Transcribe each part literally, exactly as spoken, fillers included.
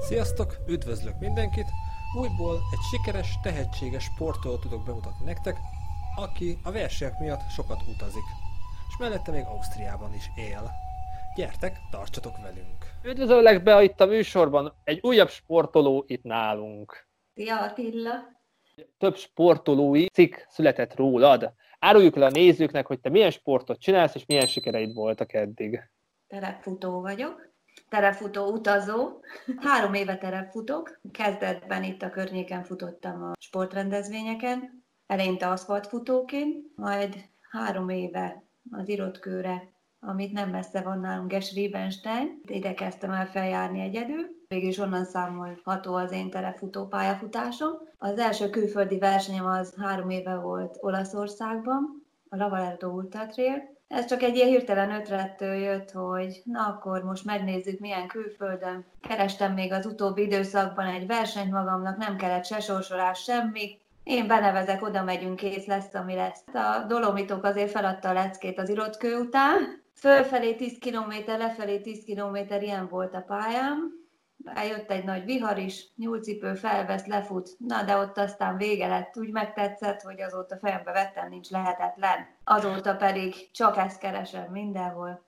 Sziasztok, üdvözlök mindenkit! Újból egy sikeres, tehetséges sportolót tudok bemutatni nektek, aki a versenyek miatt sokat utazik, és mellette még Ausztriában is él. Gyertek, tartsatok velünk! Üdvözöllek be itt a műsorban, egy újabb sportoló itt nálunk. Szia Attila! Több sportolói cikk született rólad. Áruljuk el a nézőknek, hogy te milyen sportot csinálsz, és milyen sikereid voltak eddig. Terepfutó vagyok. Terepfutó utazó. Három éve terepfutok. Kezdetben itt a környéken futottam a sportrendezvényeken. Eleinte aszfaltfutóként, majd három éve az Irotkőre, amit nem messze van nálunk, Gess-Riebenstein. Ide kezdtem el feljárni egyedül. Végül is onnan számolható az én terepfutó pályafutásom. Az első külföldi versenyem az három éve volt Olaszországban, a Lavaredo Ultra Trail. Ez csak egy ilyen hirtelen ötlettől jött, hogy na akkor most megnézzük, milyen külföldön. Kerestem még az utóbbi időszakban egy versenyt magamnak, nem kellett se sorsolás, semmi. Én benevezek, oda megyünk, kész lesz, ami lesz. A Dolomitok azért feladta a leckét az Irotkő után. Fölfelé tíz kilométer, lefelé tíz kilométer, ilyen volt a pályám. Eljött egy nagy vihar is, nyúlcipő felvesz, lefut, na de ott aztán vége lett, úgy megtetszett, hogy azóta fejembe vettem, nincs lehetetlen. Azóta pedig csak ezt keresem mindenhol.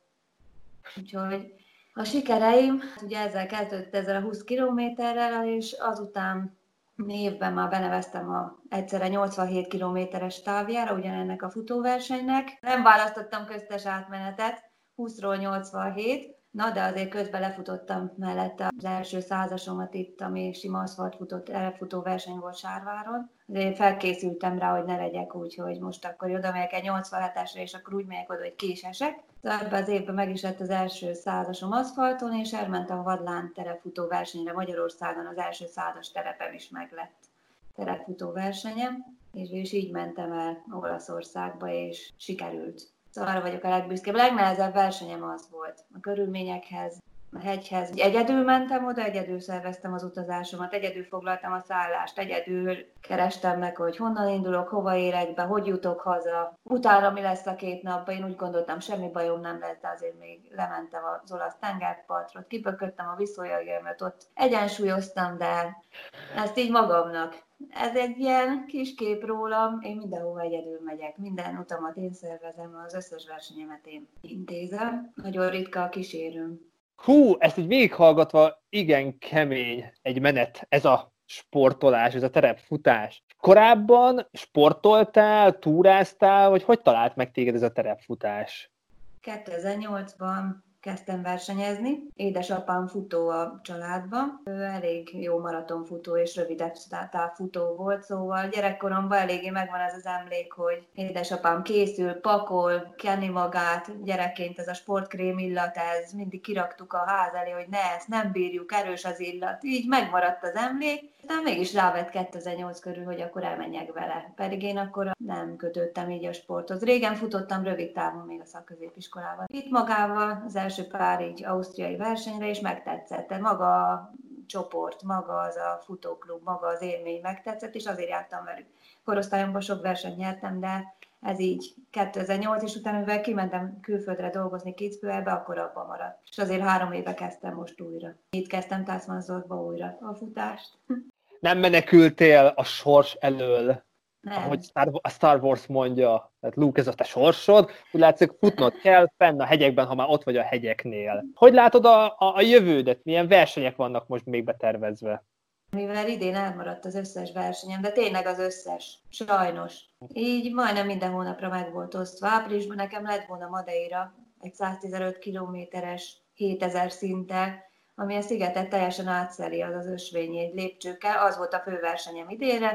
Úgyhogy a sikereim, ugye ezzel kezdődött, ezzel a húsz kilométerrel, és azután évben már beneveztem a egyszerre nyolcvanhét kilométeres távjára, ugyanennek a futóversenynek. Nem választottam köztes átmenetet, húszról nyolcvanhét, na, de azért közben lefutottam mellette az első százasomat itt, ami sima aszfaltfutó, terepfutó verseny volt Sárváron. Azért felkészültem rá, hogy ne legyek úgy, hogy most akkor oda megyek egy nyolcvanhetesre, és akkor úgy megyek oda, hogy ki is esek. Ebben az évben meg is lett az első százasom aszfalton, és elmentem a Vadlán terepfutó versenyre Magyarországon, az első százas terepem is meglett terepfutó versenyem, és, és így mentem el Olaszországba, és sikerült. Szóval arra vagyok a legbüszkébb. A legnehezebb versenyem az volt. A körülményekhez, a hegyhez. Egyedül mentem oda, egyedül szerveztem az utazásomat, egyedül foglaltam a szállást, egyedül kerestem meg, hogy honnan indulok, hova érek be, hogy jutok haza. Utána mi lesz a két napban, én úgy gondoltam, semmi bajom nem lesz, de azért még lementem az olasz tengerpartra, kibököttem a viszonyagémet, ott egyensúlyoztam, de ezt így magamnak. Ez egy ilyen kis kép rólam, én mindenhova egyedül megyek, minden utamat én szervezem, az összes versenyemet én intézem. Nagyon ritka a kísérőm. Hú, ezt így végighallgatva igen kemény egy menet, ez a sportolás, ez a terepfutás. Korábban sportoltál, túráztál, vagy hogy talált meg téged ez a terepfutás? kétezer-nyolcban kezdtem versenyezni. Édesapám futó a családban. Ő elég jó maratonfutó és rövidebb távfutó volt, szóval gyerekkoromban eléggé megvan ez az emlék, hogy édesapám készül, pakol, kenni magát, gyerekként ez a sportkrém illat, ez mindig kiraktuk a ház elé, hogy ne, ezt nem bírjuk, erős az illat. Így megmaradt az emlék. Aztán mégis rávett kétezer-nyolc körül, hogy akkor elmenjek vele. Pedig én akkor nem kötöttem így a sporthoz. Régen futottam rövid távon még a szakközépiskolában. Itt magával az első pár így ausztriai versenyre is megtetszett. Tehát maga a csoport, maga az a futóklub, maga az élmény megtetszett, és azért jártam velük. Korosztályomban sok versenyt nyertem, de ez így kétezer-nyolc, és utána, mivel kimentem külföldre dolgozni Kitzbühelbe, akkor abban maradt. És azért három éve kezdtem most újra. Itt kezdtem Tászmanszorba újra a futást. Nem menekültél a sors elől, Nem. ahogy a Star Wars mondja, tehát Luke, ez a te sorsod, úgy látszik, futnod kell fenn a hegyekben, ha már ott vagy a hegyeknél. Hogy látod a, a, a jövődet? Milyen versenyek vannak most még betervezve? Mivel idén elmaradt az összes versenyem, de tényleg az összes, sajnos. Így majdnem minden hónapra meg volt osztva. Áprilisban nekem lett volna Madeira, egy száztizenöt kilométeres, hétezer szinte, ami a szigetet teljesen átszeli, az az ösvényi egy lépcsőkkel. Az volt a főversenyem idénre.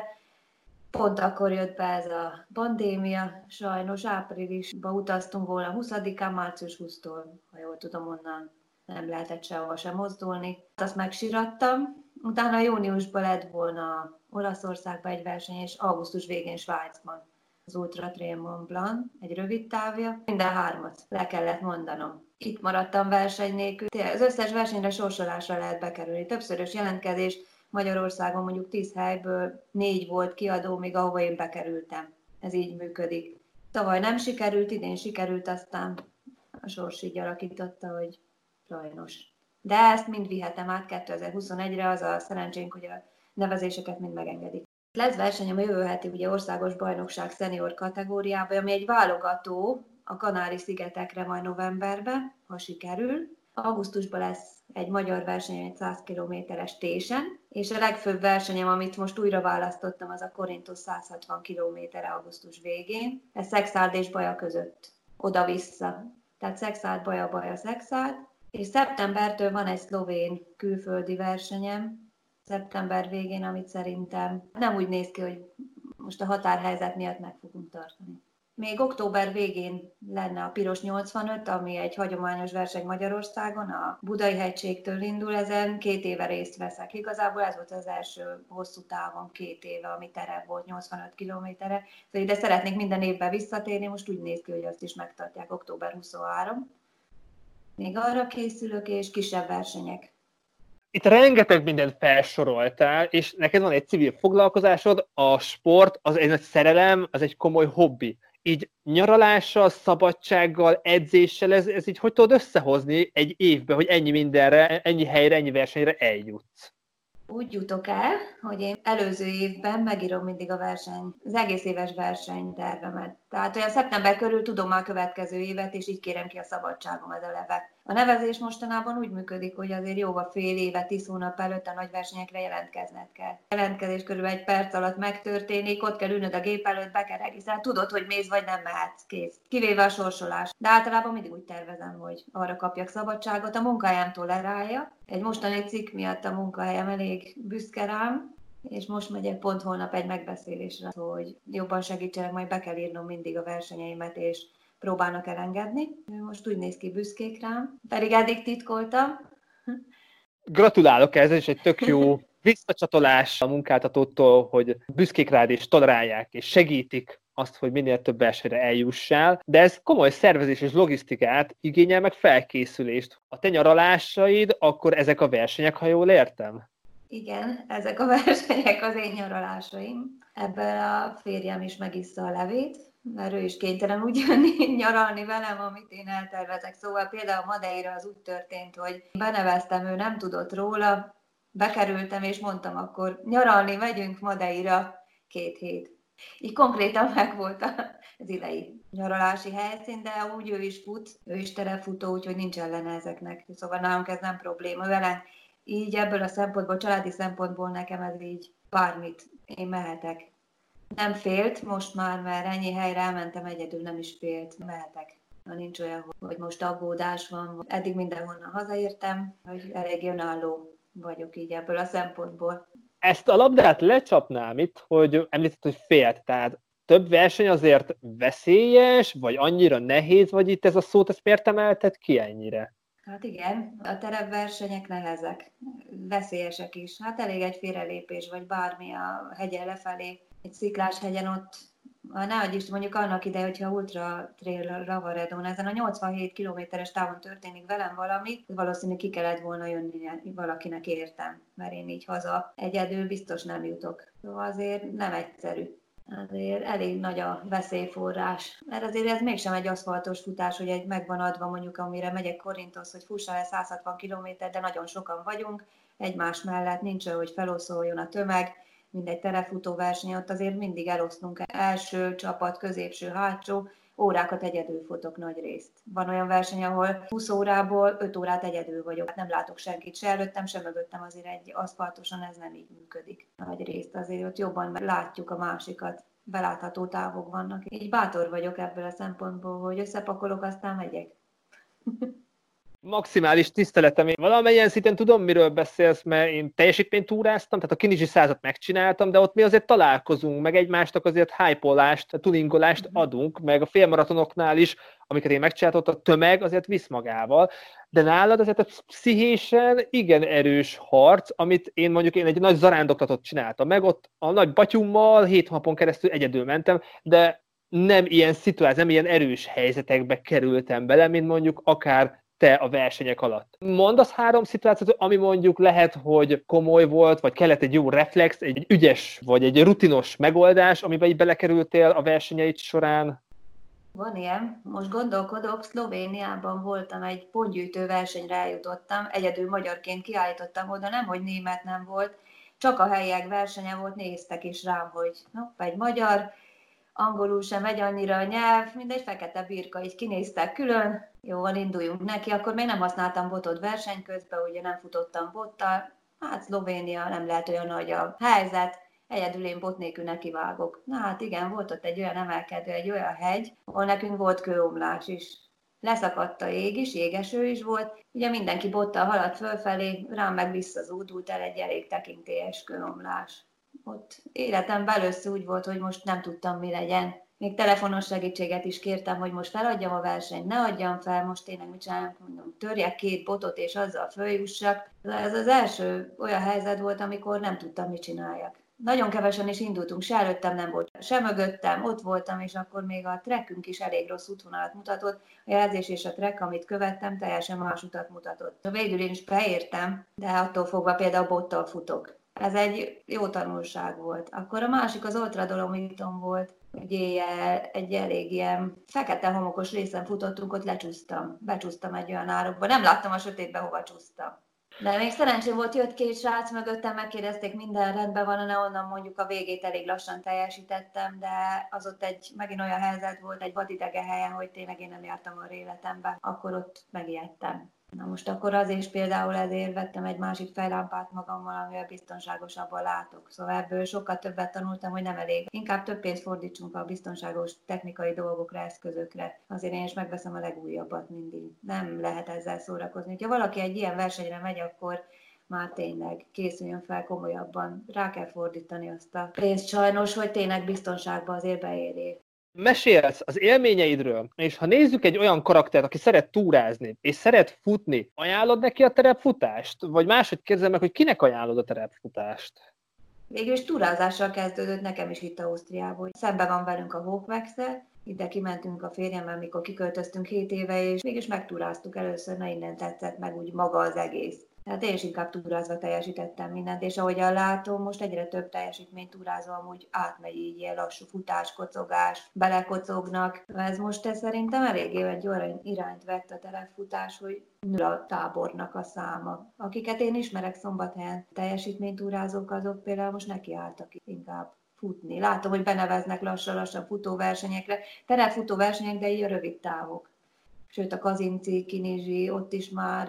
Pont akkor jött be ez a pandémia, sajnos áprilisban utaztunk volna huszadikán, március huszadikától, ha jól tudom, onnan nem lehetett sehova sem mozdulni. Azt megsirattam, utána júniusban lett volna Olaszországban egy verseny, és augusztus végén Svájcban az Ultra Trail Mont Blanc, egy rövid távja. Minden hármat le kellett mondanom. Itt maradtam verseny nélkül. Az összes versenyre sorsolásra lehet bekerülni. Többszörös jelentkezés, Magyarországon mondjuk tíz helyből négy volt kiadó, még ahova én bekerültem. Ez így működik. Tavaly nem sikerült, idén sikerült, aztán a sors így alakította, hogy sajnos de ezt mind vihetem át kétezer-huszonegyre, az a szerencsénk, hogy a nevezéseket mind megengedik. Lesz versenyem a jövő heti ugye országos bajnokság szenior kategóriában, ami egy válogató a Kanári-szigetekre majd novemberben, ha sikerül. Augusztusban lesz egy magyar verseny, egy száz kilométeres tésen, és a legfőbb versenyem, amit most újra választottam, az a Korinthos száz hatvan kilométer augusztus végén. Ez Szekszárd és Baja között, oda-vissza. Tehát Szekszárd, Baja, Baja, Szekszárd. És szeptembertől van egy szlovén külföldi versenyem, szeptember végén, amit szerintem nem úgy néz ki, hogy most a határhelyzet miatt meg fogunk tartani. Még október végén lenne a Piros nyolcvanöt, ami egy hagyományos verseny Magyarországon, a Budai hegységtől indul, ezen két éve részt veszek. Igazából ez volt az első hosszú távon, két éve, ami terep volt, nyolcvanöt kilométerre. Szóval ide szeretnék minden évben visszatérni, most úgy néz ki, hogy azt is megtartják október huszonharmadika. Még arra készülök, és kisebb versenyek. Itt rengeteg mindent felsoroltál, és neked van egy civil foglalkozásod, a sport az egy nagy szerelem, az egy komoly hobbi. Így nyaralással, szabadsággal, edzéssel, ez, ez így hogy tudod összehozni egy évbe, hogy ennyi mindenre, ennyi helyre, ennyi versenyre eljutsz? Úgy jutok el, hogy én előző évben megírom mindig a verseny, az egész éves versenytervemet. Tehát olyan szeptember körül tudom már a következő évet, és így kérem ki a szabadságom ez eleve. A nevezés mostanában úgy működik, hogy azért jóval fél éve, tíz hónap előtt a nagy versenyekre jelentkezned kell. A jelentkezés körülbelül egy perc alatt megtörténik, ott kell ülnöd a gép előtt, be kell regisztrálni, tudod, hogy mész vagy nem mehetsz, kész. Kivéve a sorsolás. De általában mindig úgy tervezem, hogy arra kapjak szabadságot. A munkájám tolerálja. Egy mostani cikk miatt a munkahelyem elég büszke rám, és most megyek pont holnap egy megbeszélésre, hogy jobban segítsenek, majd be kell írnom mindig a versenyeimet, és próbálnak elengedni. Most úgy néz ki, büszkék rám, pedig eddig titkoltam. Gratulálok, ez is egy tök jó visszacsatolás a munkáltatótól, hogy büszkék rád és tolerálják, és segítik azt, hogy minél több versenyre eljussál, de ez komoly szervezés és logisztikát igényel meg felkészülést. A te nyaralásaid, akkor ezek a versenyek, ha jól értem? Igen, ezek a versenyek az én nyaralásaim. Ebből a férjem is megissza a levét, mert ő is kénytelen úgy jönni nyaralni velem, amit én eltervezek. Szóval például Madeira az úgy történt, hogy beneveztem, ő nem tudott róla, bekerültem és mondtam, akkor nyaralni megyünk Madeira két hét. Így konkrétan megvolt az idei nyaralási helyszín, de úgy ő is fut, ő is terepfutó, úgyhogy nincs ellene ezeknek. Szóval nálunk ez nem probléma vele. Így ebből a szempontból, családi szempontból nekem ez így bármit, én mehetek. Nem félt most már, mert ennyi helyre elmentem egyedül, nem is félt, mehetek. Ha nincs olyan, hogy most aggódás van, eddig mindenhonnan hazaértem, hogy elég önálló vagyok így ebből a szempontból. Ezt a labdát lecsapnám itt, hogy említett, hogy félt, tehát több verseny azért veszélyes, vagy annyira nehéz, vagy itt ez a szót, ezt miért emelted ki ennyire? Hát igen, a terepversenyek nehezek, veszélyesek is. Hát elég egy félrelépés, vagy bármi a hegyen lefelé, egy sziklás hegyen ott, nehogy is mondjuk annak ide, hogyha Ultra Trail Ravaredon, ezen a nyolcvanhét kilométeres távon történik velem valami, valószínűleg ki kellett volna jönni valakinek értem, mert én így haza egyedül biztos nem jutok. Szóval azért nem egyszerű. Azért elég nagy a veszélyforrás. Mert azért ez mégsem egy aszfaltos futás, hogy egy megvan adva mondjuk, amire megyek Korinthos, hogy fussál el száz hatvan kilométer, de nagyon sokan vagyunk, egymás mellett nincs olyan, hogy feloszoljon a tömeg, mindegy terepfutó verseny, ott azért mindig elosztunk első csapat, középső, hátsó, órákat egyedül futok nagy részt. Van olyan verseny, ahol húsz órából öt órát egyedül vagyok. Nem látok senkit, se előttem, se mögöttem, azért egy aszfaltosan ez nem így működik. Nagy részt azért ott jobban látjuk a másikat, belátható távok vannak. Így bátor vagyok ebből a szempontból, hogy összepakolok, aztán megyek. Maximális tiszteletem. Én valamennyien szinten tudom, miről beszélsz, mert én teljesítménytúráztam, tehát a Kinizsi százat megcsináltam, de ott mi azért találkozunk, meg egymásnak azért hype-olást, tuningolást adunk, meg a félmaratonoknál is, amiket én megcsináltam, a tömeg azért visz magával, de nálad azért a pszichésen igen erős harc, amit én mondjuk én egy nagy zarándoklatot csináltam meg, ott a nagy batyummal hét napon keresztül egyedül mentem, de nem ilyen szituáció, nem ilyen erős helyzetekbe kerültem bele, mint mondjuk akár te a versenyek alatt. Mondasz három szituációt, ami mondjuk lehet, hogy komoly volt, vagy kellett egy jó reflex, egy ügyes, vagy egy rutinos megoldás, amiben így belekerültél a versenyeid során? Van ilyen. Most gondolkodok, Szlovéniában voltam, egy pontgyűjtő versenyre eljutottam, egyedül magyarként kiállítottam oda, nem, hogy német nem volt, csak a helyiek versenye volt, néztek is rám, hogy hopp, egy magyar, angolul sem megy annyira a nyelv, mindegy fekete birka, így kinéztek külön, jó, van, induljunk neki, akkor még nem használtam botot verseny közben, ugye nem futottam bottal, hát Szlovénia nem lehet olyan nagy a helyzet, egyedül én bot nélkül nekivágok. Na hát igen, volt ott egy olyan emelkedő, egy olyan hegy, ahol nekünk volt kőomlás is. Leszakadt a jég is, jégeső is volt, ugye mindenki bottal haladt fölfelé, rám meg visszazúdult el egy elég tekintélyes kőomlás. Ott életemben először úgy volt, hogy most nem tudtam, mi legyen. Még telefonos segítséget is kértem, hogy most feladjam a versenyt, ne adjam fel, most tényleg mit csinálják, mondom, törjek két botot és azzal följussak. Ez az első olyan helyzet volt, amikor nem tudtam, mit csináljak. Nagyon kevesen is indultunk, se előttem nem volt, se mögöttem, ott voltam, és akkor még a trekkünk is elég rossz útvonalat mutatott. A jelzés és a trekk, amit követtem, teljesen más utat mutatott. Végül én is beértem, de attól fogva például bottal futok. Ez egy jó tanulság volt. Akkor a másik az Ultra Dolomiton volt, hogy éjjel egy elég ilyen fekete homokos részen futottunk, ott lecsúsztam. Becsúsztam egy olyan árokba, nem láttam a sötétbe, hova csúsztam. De még szerencsém volt, jött két srác mögöttem, megkérdezték, minden rendben van, ne onnan mondjuk a végét elég lassan teljesítettem, de az ott egy megint olyan helyzet volt, egy vadidegen helyen, hogy tényleg én nem jártam a életembe, akkor ott megijedtem. Na most akkor az is például ezért vettem egy másik fejlámpát magammal, amivel biztonságosabban látok. Szóval ebből sokkal többet tanultam, hogy nem elég. Inkább több pénzt fordítsunk a biztonságos technikai dolgokra, eszközökre. Azért én is megveszem a legújabbat mindig. Nem lehet ezzel szórakozni. Ha valaki egy ilyen versenyre megy, akkor már tényleg készüljön fel komolyabban. Rá kell fordítani azt a pénzt sajnos, hogy tényleg biztonságban azért beérjék. Mesélsz az élményeidről, és ha nézzük egy olyan karaktert, aki szeret túrázni, és szeret futni, ajánlod neki a terepfutást? Vagy máshogy kérdezem meg, hogy kinek ajánlod a terepfutást? Végülis túrázással kezdődött nekem is itt Ausztriában. Szembe van velünk a Hochwechsel, ide kimentünk a férjemmel, mikor kiköltöztünk hét éve, és mégis megtúráztuk először, na innen tetszett meg úgy maga az egész. Tehát én is inkább túrázva teljesítettem mindent, és ahogyan látom, most egyre több teljesítmény túrázva amúgy átmegy így ilyen lassú futás, kocogás, belekocognak. Ez most ez szerintem eléggé egy olyan irányt vett a terepfutás, hogy nő a tábornak a száma. Akiket én ismerek Szombathelyen teljesítménytúrázók, azok például most nekiálltak inkább futni. Látom, hogy beneveznek lassan-lassan futóversenyekre, terepfutóversenyek, de így a rövid távok. Sőt a Kazinci, Kinizsi, ott is már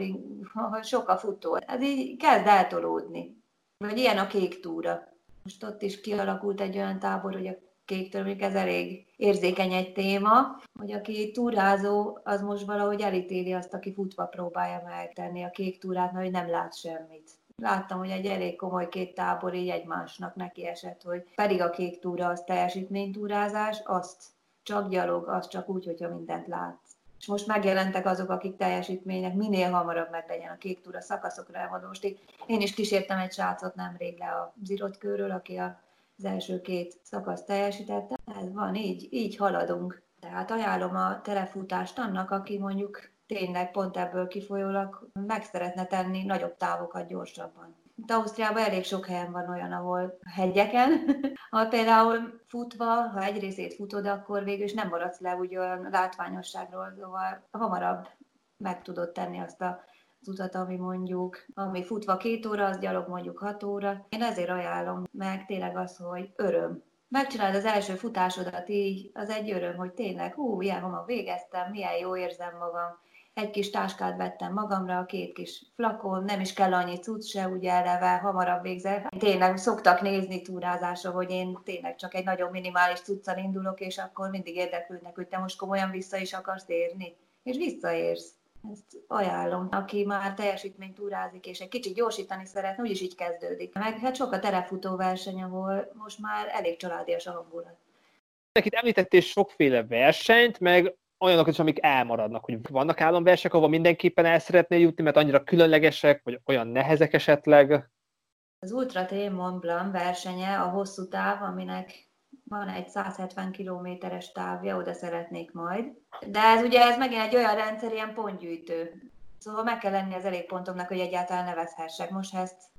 sok a futó. Ez így kezd eltolódni. Vagy ilyen a kék túra. Most ott is kialakult egy olyan tábor, hogy a kék túra, ez elég érzékeny egy téma, hogy aki túrázó, az most valahogy elítéli azt, aki futva próbálja megtenni a kék túrát, mert nem lát semmit. Láttam, hogy egy elég komoly két tábor így egymásnak neki esett, hogy pedig a kék túra az teljesítménytúrázás, azt csak gyalog, az csak úgy, hogyha mindent lát. És most megjelentek azok, akik teljesítménynek minél hamarabb meg legyen a kék túra szakaszokra elmondom. Most én is kísértem egy srácot nemrég le a Zirotkőről, aki az első két szakasz teljesítette. Ez van, így, így haladunk. Tehát ajánlom a telefutást annak, aki mondjuk tényleg pont ebből kifolyólag meg szeretne tenni nagyobb távokat gyorsabban. Itt Ausztriában elég sok helyen van olyan, ahol hegyeken, ahol például futva, ha egy részét futod, akkor végül is nem maradsz le úgy olyan látványosságról, szóval hamarabb meg tudod tenni azt az utat, ami mondjuk, ami futva két óra, az gyalog mondjuk hat óra. Én ezért ajánlom meg tényleg az, hogy öröm. Megcsinálod az első futásodat így, az egy öröm, hogy tényleg, hú, ilyen hamar végeztem, milyen jó érzem magam. Egy kis táskát vettem magamra, két kis flakon, nem is kell annyi cucc se, ugye eleve hamarabb végzel. Tényleg szoktak nézni túrázásra, hogy én tényleg csak egy nagyon minimális cuccal indulok, és akkor mindig érdeklődnek, hogy te most komolyan vissza is akarsz érni. És visszaérsz. Ezt ajánlom. Aki már teljesítmény túrázik, és egy kicsit gyorsítani szeretne, úgyis így kezdődik. Meg hát sok a terepfutó verseny, ahol most már elég családias a hangulat. Itt említettél sokféle versenyt, meg olyanok is, amik elmaradnak, hogy vannak álomversek, ahova mindenképpen el szeretnél jutni, mert annyira különlegesek, vagy olyan nehezek esetleg. Az Ultra Trail Mont Blanc versenye a hosszú táv, aminek van egy száz hetven kilométeres távja, oda szeretnék majd. De ez ugye ez megint egy olyan rendszer, ilyen pontgyűjtő. Szóval meg kell lenni az elég pontomnak, hogy egyáltalán nevezhessek. Most ha ezt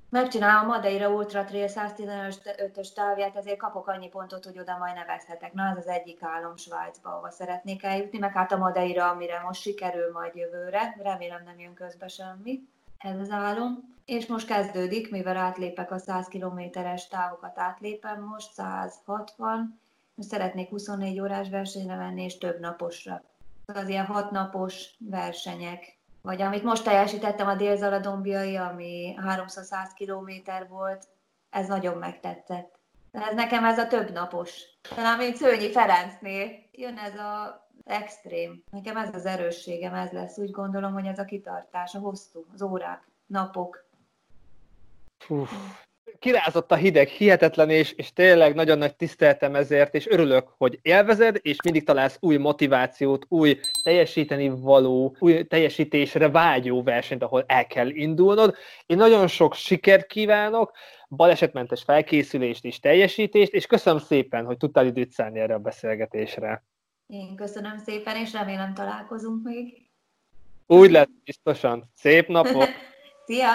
Megcsinálom a Madeira Ultra Trail száztizenötös távját, ezért kapok annyi pontot, hogy oda majd nevezhetek. Na, ez az egyik álom Svájcba, ahova szeretnék eljutni, meg hát a Madeira, amire most sikerül majd jövőre. Remélem nem jön közbe semmi. Ez az álom. És most kezdődik, mivel átlépek a száz kilométeres távokat, átlépem most, száz hatvan, és szeretnék huszonnégy órás versenyre menni, és több naposra. Az ilyen hat napos versenyek. Vagy amit most teljesítettem a Dél-Zaladombiai, ami háromszor száz kilométer volt, ez nagyon megtetszett. Ez nekem ez a több napos. Talán még Szőnyi Ferencnél jön ez az extrém. Nekem ez az erősségem, ez lesz. Úgy gondolom, hogy ez a kitartás, a hosszú, az órák, napok. Uf. Kirázott a hideg, hihetetlen, és, és tényleg nagyon nagy tiszteletem ezért, és örülök, hogy élvezed, és mindig találsz új motivációt, új teljesíteni való, új teljesítésre vágyó versenyt, ahol el kell indulnod. Én nagyon sok sikert kívánok, balesetmentes felkészülést és teljesítést, és köszönöm szépen, hogy tudtál időt szállni erre a beszélgetésre. Én köszönöm szépen, és remélem találkozunk még. Úgy lesz, biztosan. Szép napot! Szia!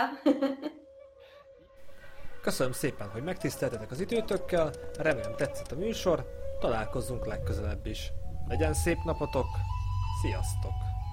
Köszönöm szépen, hogy megtiszteltetek az időtökkel, remélem tetszett a műsor, találkozzunk legközelebb is. Legyen szép napotok, sziasztok!